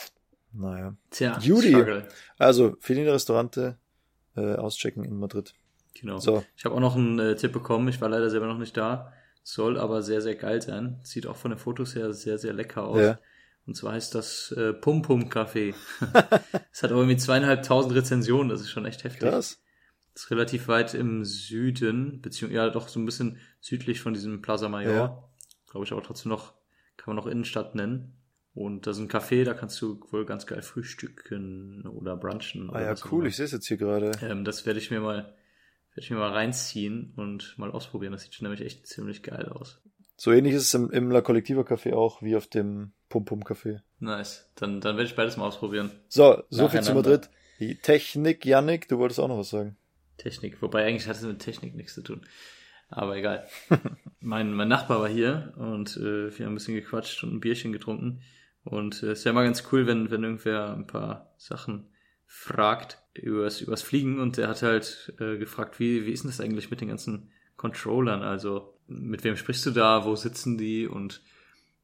Naja. Tja, Judy. Struggle. Also, Felina Restaurante auschecken in Madrid. Genau. So. Ich habe auch noch einen Tipp bekommen. Ich war leider selber noch nicht da. Soll aber sehr, sehr geil sein. Sieht auch von den Fotos her sehr, sehr lecker aus. Ja. Und zwar heißt das Pum Pum Café. Es hat auch irgendwie 2.500 Rezensionen. Das ist schon echt heftig. Krass. Das ist relativ weit im Süden, beziehungsweise ja doch so ein bisschen südlich von diesem Plaza Mayor. Ja. Glaube ich aber trotzdem noch, kann man noch Innenstadt nennen. Und da ist ein Café, da kannst du wohl ganz geil frühstücken oder brunchen. Ah oder ja, was auch cool, immer. ich sehe es jetzt hier gerade. Das werde ich mir mal reinziehen und mal ausprobieren. Das sieht nämlich echt ziemlich geil aus. So ähnlich ist es im La Collectiva Café auch, wie auf dem Pum Pum Café. Nice. Dann werde ich beides mal ausprobieren. So viel zu Nacheinander. Madrid. Die Technik, Yannick, du wolltest auch noch was sagen. Technik. Wobei eigentlich hat es mit Technik nichts zu tun. Aber egal. Mein Nachbar war hier und wir haben ein bisschen gequatscht und ein Bierchen getrunken. Und es ist ja immer ganz cool, wenn irgendwer ein paar Sachen fragt übers Fliegen. Und der hat halt gefragt, wie ist denn das eigentlich mit den ganzen Controllern? Also mit wem sprichst du da? Wo sitzen die? Und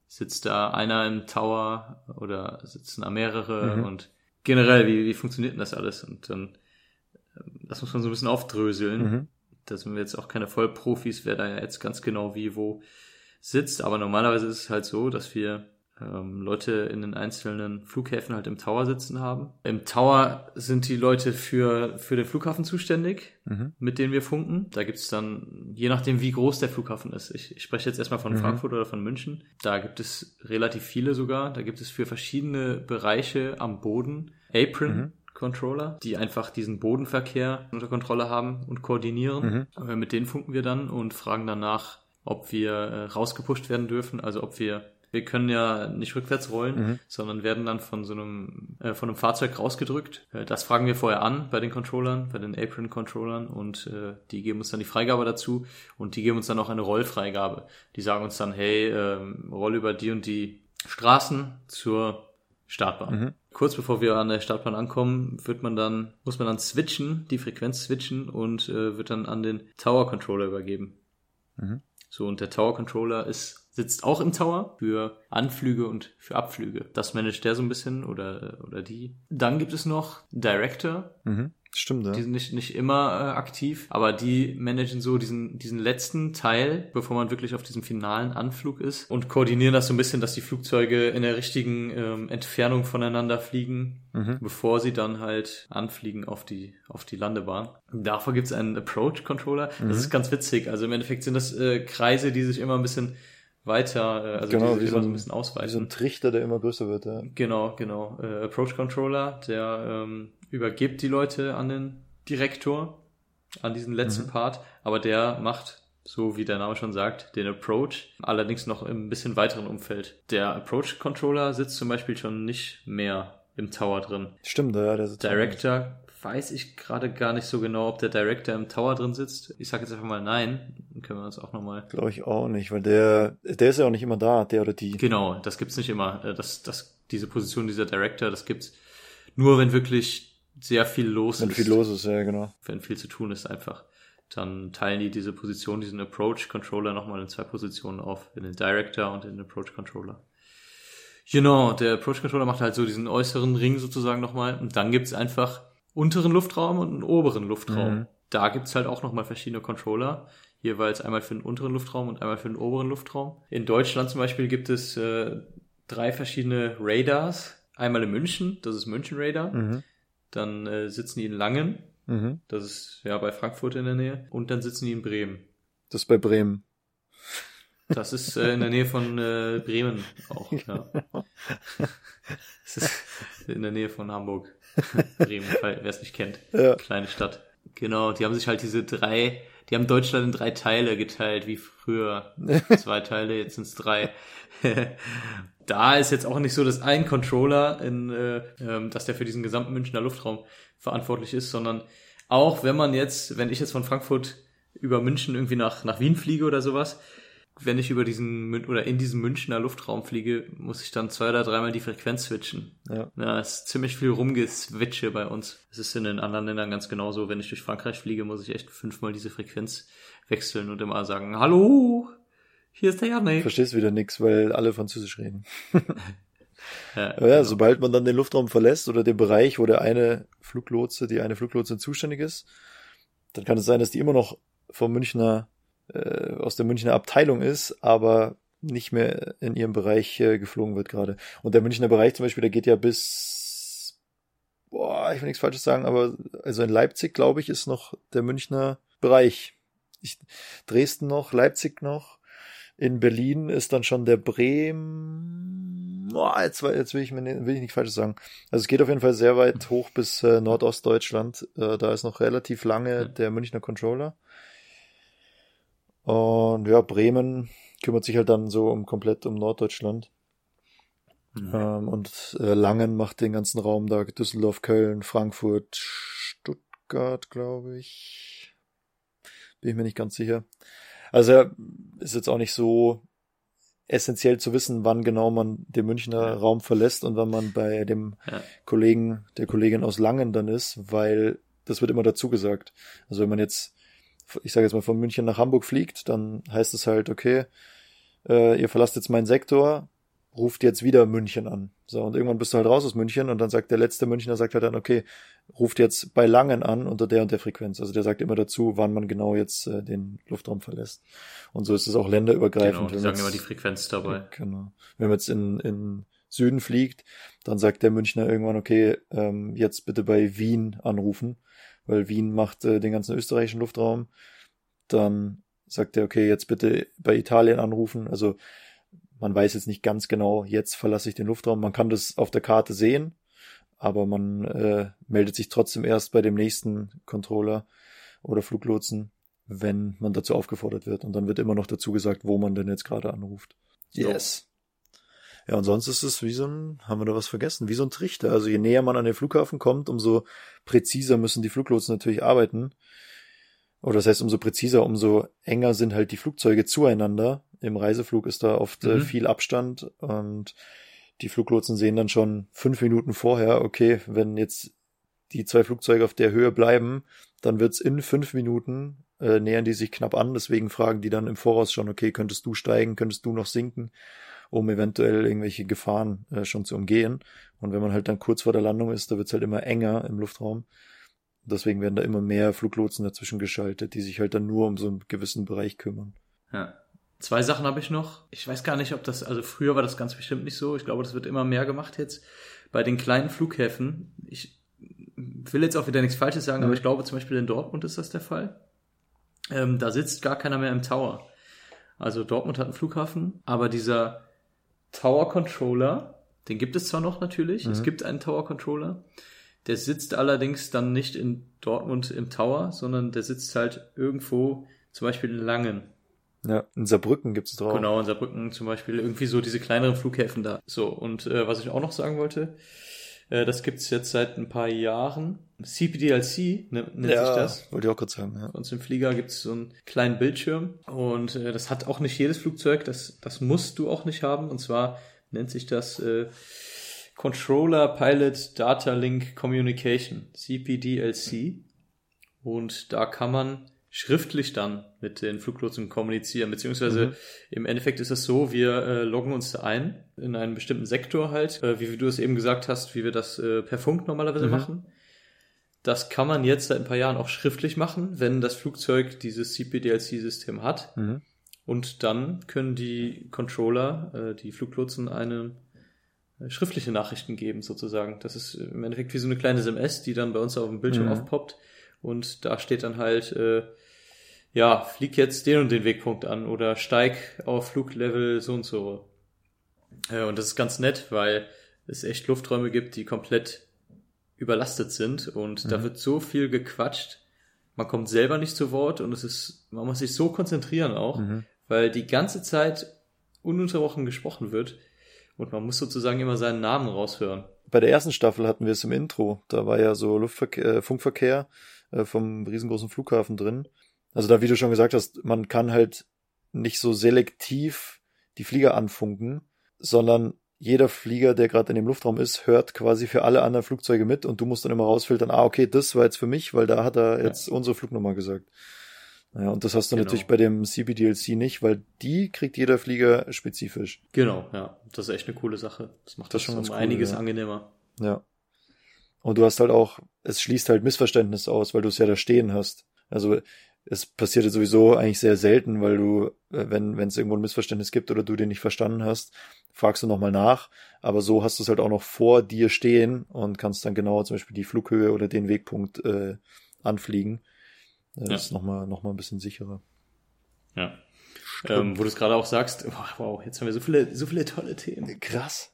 sitzt da einer im Tower oder sitzen da mehrere und generell, wie funktioniert denn das alles? Und dann, das muss man so ein bisschen aufdröseln. Da sind wir jetzt auch keine Vollprofis, wer da ja jetzt ganz genau wie wo sitzt, aber normalerweise ist es halt so, dass wir Leute in den einzelnen Flughäfen halt im Tower sitzen haben. Im Tower sind die Leute für den Flughafen zuständig, mit denen wir funken. Da gibt's dann, je nachdem wie groß der Flughafen ist, ich spreche jetzt erstmal von Frankfurt oder von München, da gibt es relativ viele sogar. Da gibt es für verschiedene Bereiche am Boden Apron-Controller, die einfach diesen Bodenverkehr unter Kontrolle haben und koordinieren. Mit denen funken wir dann und fragen danach, ob wir rausgepusht werden dürfen, also ob wir können ja nicht rückwärts rollen, sondern werden dann von einem Fahrzeug rausgedrückt. Das fragen wir vorher an bei den Controllern, bei den Apron-Controllern und die geben uns dann die Freigabe dazu und die geben uns dann auch eine Rollfreigabe. Die sagen uns dann, hey, roll über die und die Straßen zur Startbahn. Kurz bevor wir an der Startbahn ankommen, muss man dann switchen, die Frequenz switchen und wird dann an den Tower-Controller übergeben. So, und der Tower-Controller sitzt auch im Tower für Anflüge und für Abflüge. Das managt der so ein bisschen oder die. Dann gibt es noch Director. Stimmt, ja. Die sind nicht immer aktiv, aber die managen so diesen letzten Teil, bevor man wirklich auf diesem finalen Anflug ist und koordinieren das so ein bisschen, dass die Flugzeuge in der richtigen Entfernung voneinander fliegen, bevor sie dann halt anfliegen auf die Landebahn. Davor gibt es einen Approach-Controller. Das ist ganz witzig. Also im Endeffekt sind das Kreise, die sich immer ein bisschen weiter, also genau, die sich immer so ein bisschen ausweiten. Wie so ein Trichter, der immer größer wird, ja. Genau. Approach-Controller, der übergibt die Leute an den Direktor, an diesen letzten Part, aber der macht, so wie der Name schon sagt, den Approach, allerdings noch im bisschen weiteren Umfeld. Der Approach-Controller sitzt zum Beispiel schon nicht mehr im Tower drin. Stimmt, ja, der sitzt Director weiß ich gerade gar nicht so genau, ob der Director im Tower drin sitzt. Ich sage jetzt einfach mal nein. Dann können wir uns auch nochmal... Glaube ich auch nicht, weil der ist ja auch nicht immer da, der oder die. Genau, das gibt's nicht immer. Diese Position dieser Director, das gibt's nur, wenn wirklich sehr viel los ist. Wenn viel los ist, ja, genau. Wenn viel zu tun ist einfach. Dann teilen die diese Position, diesen Approach-Controller nochmal in 2 Positionen auf. In den Director und in den Approach-Controller. Genau, der Approach-Controller macht halt so diesen äußeren Ring sozusagen nochmal. Und dann gibt's einfach unteren Luftraum und einen oberen Luftraum. Da gibt's halt auch nochmal verschiedene Controller. Jeweils einmal für den unteren Luftraum und einmal für den oberen Luftraum. In Deutschland zum Beispiel gibt es 3 verschiedene Radars. Einmal in München, das ist München Radar. Dann sitzen die in Langen. Das ist ja bei Frankfurt in der Nähe. Und dann sitzen die in Bremen. Das ist bei Bremen. Das ist in der Nähe von Bremen auch, ja. Das ist in der Nähe von Hamburg. Bremen, wer es nicht kennt. Ja. Kleine Stadt. Genau, die haben sich halt die haben Deutschland in 3 Teile geteilt, wie früher. 2 Teile, jetzt sind es 3. Da ist jetzt auch nicht so, dass ein Controller, dass der für diesen gesamten Münchner Luftraum verantwortlich ist, sondern auch wenn ich jetzt von Frankfurt über München irgendwie nach Wien fliege oder sowas, wenn ich in diesem Münchner Luftraum fliege, muss ich dann 2 oder 3 Mal die Frequenz switchen. Ja, es ist ziemlich viel rumgeswitche bei uns. Es ist in den anderen Ländern ganz genauso. Wenn ich durch Frankreich fliege, muss ich echt 5-mal diese Frequenz wechseln und immer sagen, hallo, hier ist der Janik. Verstehst wieder nix, weil alle Französisch reden. Ja, aber ja, sobald man dann den Luftraum verlässt oder den Bereich, wo die eine Fluglotsin zuständig ist, dann kann es sein, dass die immer noch aus der Münchner Abteilung ist, aber nicht mehr in ihrem Bereich geflogen wird gerade. Und der Münchner Bereich zum Beispiel, der geht ja bis, ich will nichts Falsches sagen, aber also in Leipzig, glaube ich, ist noch der Münchner Bereich. Dresden noch, Leipzig noch. In Berlin ist dann schon der Bremen. Jetzt will ich nicht Falsches sagen. Also es geht auf jeden Fall sehr weit hoch bis Nordostdeutschland. Da ist noch relativ lange der Münchner Controller. Und ja, Bremen kümmert sich halt dann so komplett um Norddeutschland. Und Langen macht den ganzen Raum da, Düsseldorf, Köln, Frankfurt, Stuttgart, glaube ich. Bin ich mir nicht ganz sicher. Also ist jetzt auch nicht so essentiell zu wissen, wann genau man den Münchner Raum verlässt und wann man bei dem der Kollegin aus Langen dann ist, weil das wird immer dazu gesagt. Also wenn man jetzt, ich sage jetzt mal, von München nach Hamburg fliegt, dann heißt es halt, okay, ihr verlasst jetzt meinen Sektor ruft jetzt wieder München an. So, und irgendwann bist du halt raus aus München und dann sagt der letzte Münchner, sagt halt dann, okay, ruft jetzt bei Langen an unter der und der Frequenz. Also der sagt immer dazu, wann man genau jetzt den Luftraum verlässt. Und so ist es auch länderübergreifend. Genau, die sagen immer die Frequenz dabei. Genau. Wenn man jetzt in Süden fliegt, dann sagt der Münchner irgendwann, okay, jetzt bitte bei Wien anrufen, weil Wien macht den ganzen österreichischen Luftraum. Dann sagt er, okay, jetzt bitte bei Italien anrufen. Also man weiß jetzt nicht ganz genau, jetzt verlasse ich den Luftraum. Man kann das auf der Karte sehen, aber man meldet sich trotzdem erst bei dem nächsten Controller oder Fluglotsen, wenn man dazu aufgefordert wird. Und dann wird immer noch dazu gesagt, wo man denn jetzt gerade anruft. Yes. Ja, und sonst ist es wie so ein, haben wir da was vergessen, wie so ein Trichter. Also je näher man an den Flughafen kommt, umso präziser müssen die Fluglotsen natürlich arbeiten. Oder das heißt, umso präziser, umso enger sind halt die Flugzeuge zueinander. Im Reiseflug ist da oft viel Abstand und die Fluglotsen sehen dann schon 5 Minuten vorher, okay, wenn jetzt die 2 Flugzeuge auf der Höhe bleiben, dann wird's in 5 Minuten, nähern die sich knapp an. Deswegen fragen die dann im Voraus schon, okay, könntest du steigen, könntest du noch sinken, um eventuell irgendwelche Gefahren schon zu umgehen. Und wenn man halt dann kurz vor der Landung ist, da wird's halt immer enger im Luftraum. Deswegen werden da immer mehr Fluglotsen dazwischen geschaltet, die sich halt dann nur um so einen gewissen Bereich kümmern. Ja. 2 Sachen habe ich noch. Ich weiß gar nicht, ob das, also früher war das ganz bestimmt nicht so. Ich glaube, das wird immer mehr gemacht jetzt. Bei den kleinen Flughäfen, ich will jetzt auch wieder nichts Falsches sagen, aber ich glaube zum Beispiel in Dortmund ist das der Fall. Da sitzt gar keiner mehr im Tower. Also Dortmund hat einen Flughafen, aber dieser Tower Controller, den gibt es zwar noch natürlich, es gibt einen Tower Controller, der sitzt allerdings dann nicht in Dortmund im Tower, sondern der sitzt halt irgendwo, zum Beispiel in Langen. Ja, in Saarbrücken gibt's drauf. Genau, in Saarbrücken zum Beispiel, irgendwie so diese kleineren Flughäfen da. So, und was ich auch noch sagen wollte, das gibt's jetzt seit ein paar Jahren. CPDLC nennt sich das. Wollte ich auch kurz sagen, ja. Bei uns im Flieger gibt's so einen kleinen Bildschirm und das hat auch nicht jedes Flugzeug, das musst du auch nicht haben. Und zwar nennt sich das Controller Pilot Data Link Communication, CPDLC. Und da kann man schriftlich dann mit den Fluglotsen kommunizieren, beziehungsweise im Endeffekt ist es so, wir loggen uns ein in einen bestimmten Sektor halt, wie du es eben gesagt hast, wie wir das per Funk normalerweise machen. Das kann man jetzt seit ein paar Jahren auch schriftlich machen, wenn das Flugzeug dieses CPDLC-System hat. Und dann können die Controller, die Fluglotsen, eine schriftliche Nachrichten geben sozusagen. Das ist im Endeffekt wie so eine kleine SMS, die dann bei uns auf dem Bildschirm aufpoppt. Und da steht dann halt, flieg jetzt den und den Wegpunkt an oder steig auf Fluglevel so und so. Und das ist ganz nett, weil es echt Lufträume gibt, die komplett überlastet sind und da wird so viel gequatscht. Man kommt selber nicht zu Wort und man muss sich so konzentrieren auch, weil die ganze Zeit ununterbrochen gesprochen wird und man muss sozusagen immer seinen Namen raushören. Bei der ersten Staffel hatten wir es im Intro. Da war ja so Funkverkehr vom riesengroßen Flughafen drin. Also da, wie du schon gesagt hast, man kann halt nicht so selektiv die Flieger anfunken, sondern jeder Flieger, der gerade in dem Luftraum ist, hört quasi für alle anderen Flugzeuge mit und du musst dann immer rausfiltern, okay, das war jetzt für mich, weil da hat er jetzt unsere Flugnummer gesagt. Ja, und das hast du natürlich bei dem CPDLC nicht, weil die kriegt jeder Flieger spezifisch. Genau, ja. Das ist echt eine coole Sache. Das macht das schon um einiges angenehmer. Ja. Und du hast halt auch, es schließt halt Missverständnis aus, weil du es ja da stehen hast. Also es passiert ja sowieso eigentlich sehr selten, weil du, wenn es irgendwo ein Missverständnis gibt oder du den nicht verstanden hast, fragst du nochmal nach. Aber so hast du es halt auch noch vor dir stehen und kannst dann genauer zum Beispiel die Flughöhe oder den Wegpunkt anfliegen. Das ist nochmal ein bisschen sicherer. Ja. Wo du es gerade auch sagst, wow, jetzt haben wir so viele tolle Themen. Krass.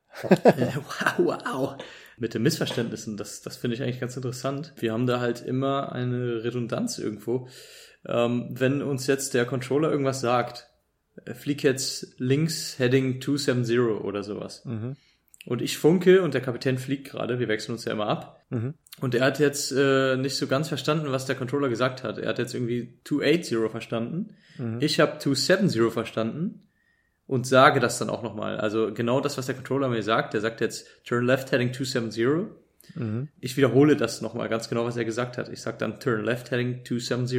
Wow. Mit den Missverständnissen, das finde ich eigentlich ganz interessant. Wir haben da halt immer eine Redundanz irgendwo. Wenn uns jetzt der Controller irgendwas sagt, flieg jetzt links Heading 270 oder sowas. Und ich funke und der Kapitän fliegt gerade, wir wechseln uns ja immer ab. Und er hat jetzt nicht so ganz verstanden, was der Controller gesagt hat. Er hat jetzt irgendwie 280 verstanden. Ich habe 270 verstanden. Und sage das dann auch nochmal. Also genau das, was der Controller mir sagt. Der sagt jetzt Turn left heading 270. Ich wiederhole das nochmal ganz genau, was er gesagt hat. Ich sage dann Turn left heading 270.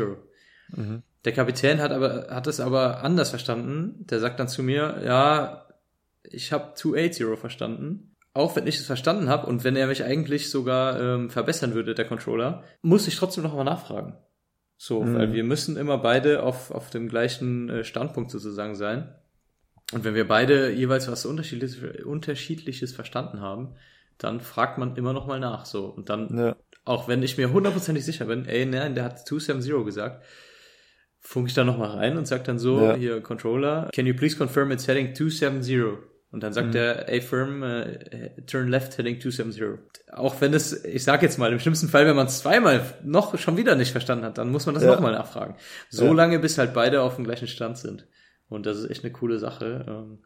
Der Kapitän hat es aber anders verstanden. Der sagt dann zu mir, ja, ich habe 280 verstanden. Auch wenn ich es verstanden habe und wenn er mich eigentlich sogar verbessern würde, der Controller, muss ich trotzdem noch mal nachfragen. So, weil wir müssen immer beide auf dem gleichen Standpunkt sozusagen sein. Und wenn wir beide jeweils was Unterschiedliches verstanden haben, dann fragt man immer noch mal nach. So, und dann, auch wenn ich mir 100% sicher bin, nein, der hat 270 gesagt, funke ich da noch mal rein und sag dann so, hier, Controller, can you please confirm it's heading 270? Und dann sagt der A-Firm, turn left heading 270. Auch wenn es, ich sag jetzt mal, im schlimmsten Fall, wenn man es zweimal noch schon wieder nicht verstanden hat, dann muss man das nochmal nachfragen. So lange, bis halt beide auf dem gleichen Stand sind. Und das ist echt eine coole Sache,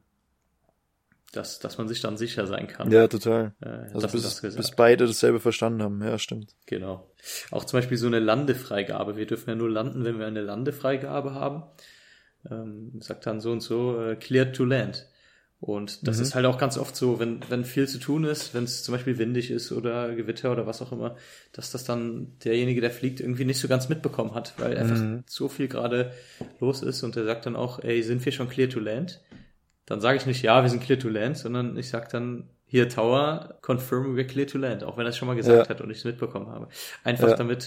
dass man sich dann sicher sein kann. Ja, total. Also bis beide dasselbe verstanden haben. Ja, stimmt. Genau. Auch zum Beispiel so eine Landefreigabe. Wir dürfen ja nur landen, wenn wir eine Landefreigabe haben. Sagt dann so und so, cleared to land. Und das ist halt auch ganz oft so, wenn viel zu tun ist, wenn es zum Beispiel windig ist oder Gewitter oder was auch immer, dass das dann derjenige, der fliegt, irgendwie nicht so ganz mitbekommen hat, weil einfach so viel gerade los ist und der sagt dann auch, sind wir schon clear to land? Dann sage ich nicht, ja, wir sind clear to land, sondern ich sage dann, hier Tower, confirm we're clear to land, auch wenn er es schon mal gesagt hat und ich es mitbekommen habe. Einfach damit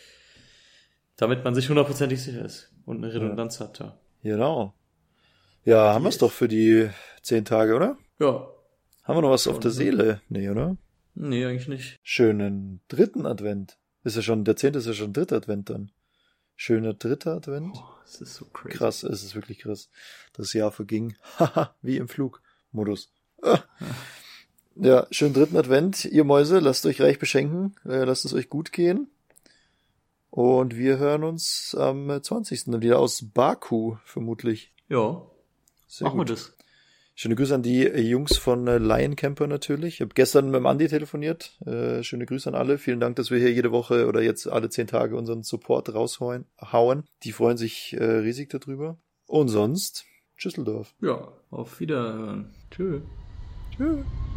man sich 100% sicher ist und eine Redundanz hat da. Genau. Ja, haben wir es doch für die 10 Tage, oder? Ja. Haben wir noch was auf der Seele? Nee, oder? Nee, eigentlich nicht. Schönen 3. Advent. Ist ja schon, der 10. ist ja schon 3. Advent dann. Schöner 3. Advent. Oh, das ist so crazy. Krass, es ist wirklich krass. Das Jahr verging. Haha, wie im Flugmodus. Ja, schönen 3. Advent. Ihr Mäuse, lasst euch reich beschenken. Lasst es euch gut gehen. Und wir hören uns am 20. dann wieder aus Baku, vermutlich. Ja. Machen wir das. Schöne Grüße an die Jungs von Lion Camper natürlich. Ich habe gestern mit dem Andi telefoniert. Schöne Grüße an alle. Vielen Dank, dass wir hier jede Woche oder jetzt alle 10 Tage unseren Support raushauen. Die freuen sich riesig darüber. Und sonst, Tschüsseldorf. Ja, auf Wiederhören. Tschö. Tschö.